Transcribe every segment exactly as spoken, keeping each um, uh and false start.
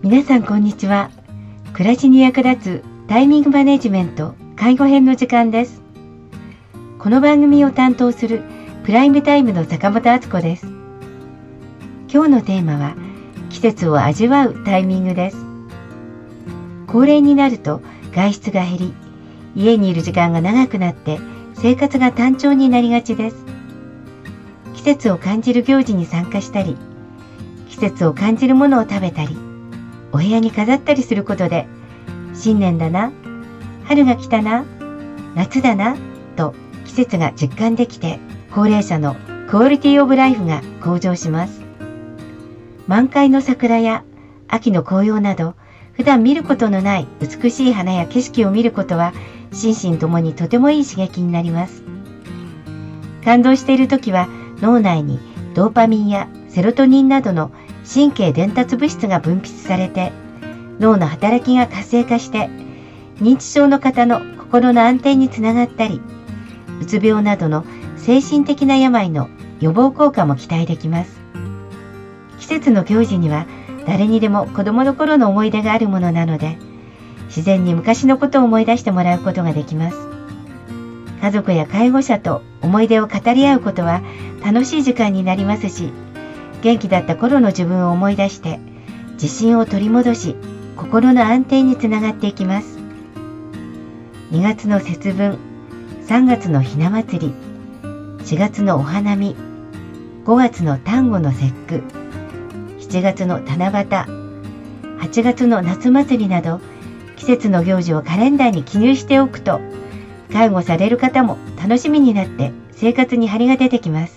皆さんこんにちは。暮らしに役立つタイミングマネジメント介護編の時間です。この番組を担当するプライムタイムの坂本敦子です。今日のテーマは季節を味わうタイミングです。高齢になると外出が減り、家にいる時間が長くなって生活が単調になりがちです。季節を感じる行事に参加したり、季節を感じるものを食べたり、お部屋に飾ったりすることで、新年だな、春が来たな、夏だなと季節が実感できて、高齢者のクオリティオブライフが向上します。満開の桜や秋の紅葉など、普段見ることのない美しい花や景色を見ることは、心身ともにとてもいい刺激になります。感動しているときは脳内にドーパミンやセロトニンなどの神経伝達物質が分泌されて、脳の働きが活性化して、認知症の方の心の安定につながったり、うつ病などの精神的な病の予防効果も期待できます。季節の行事には誰にでも子供の頃の思い出があるものなので、自然に昔のことを思い出してもらうことができます。家族や介護者と思い出を語り合うことは楽しい時間になりますし、元気だった頃の自分を思い出して自信を取り戻し、心の安定につながっていきます。にがつの節分、さんがつのひな祭り、しがつのお花見、ごがつの端午の節句、しちがつの七夕、はちがつの夏祭りなど、季節の行事をカレンダーに記入しておくと、介護される方も楽しみになって生活に張りが出てきます。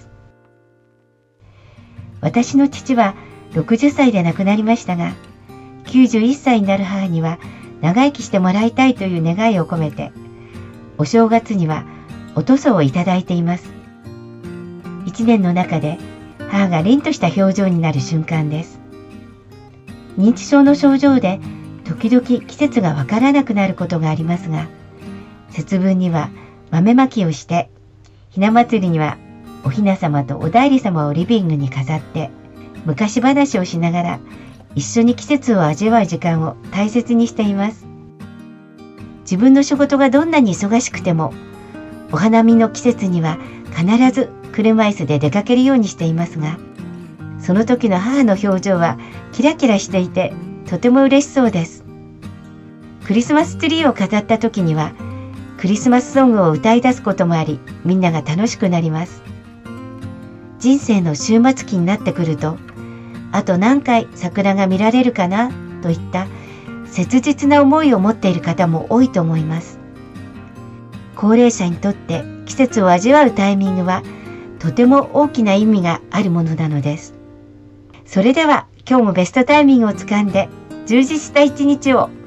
私の父はろくじゅっさいで亡くなりましたが、きゅうじゅういっさいになる母には長生きしてもらいたいという願いを込めて、お正月にはお塗装をいただいています。一年の中で母が凛とした表情になる瞬間です。認知症の症状で時々季節がわからなくなることがありますが、節分には豆まきをして、ひな祭りにはおひな様とお内裏様をリビングに飾って、昔話をしながら一緒に季節を味わう時間を大切にしています。自分の仕事がどんなに忙しくても、お花見の季節には必ず車椅子で出かけるようにしていますが、その時の母の表情はキラキラしていて、とても嬉しそうです。クリスマスツリーを飾った時には、クリスマスソングを歌い出すこともあり、みんなが楽しくなります。人生の終末期になってくると、あと何回桜が見られるかなといった切実な思いを持っている方も多いと思います。高齢者にとって季節を味わうタイミングはとても大きな意味があるものなのです。それでは今日もベストタイミングをつかんで充実した一日を。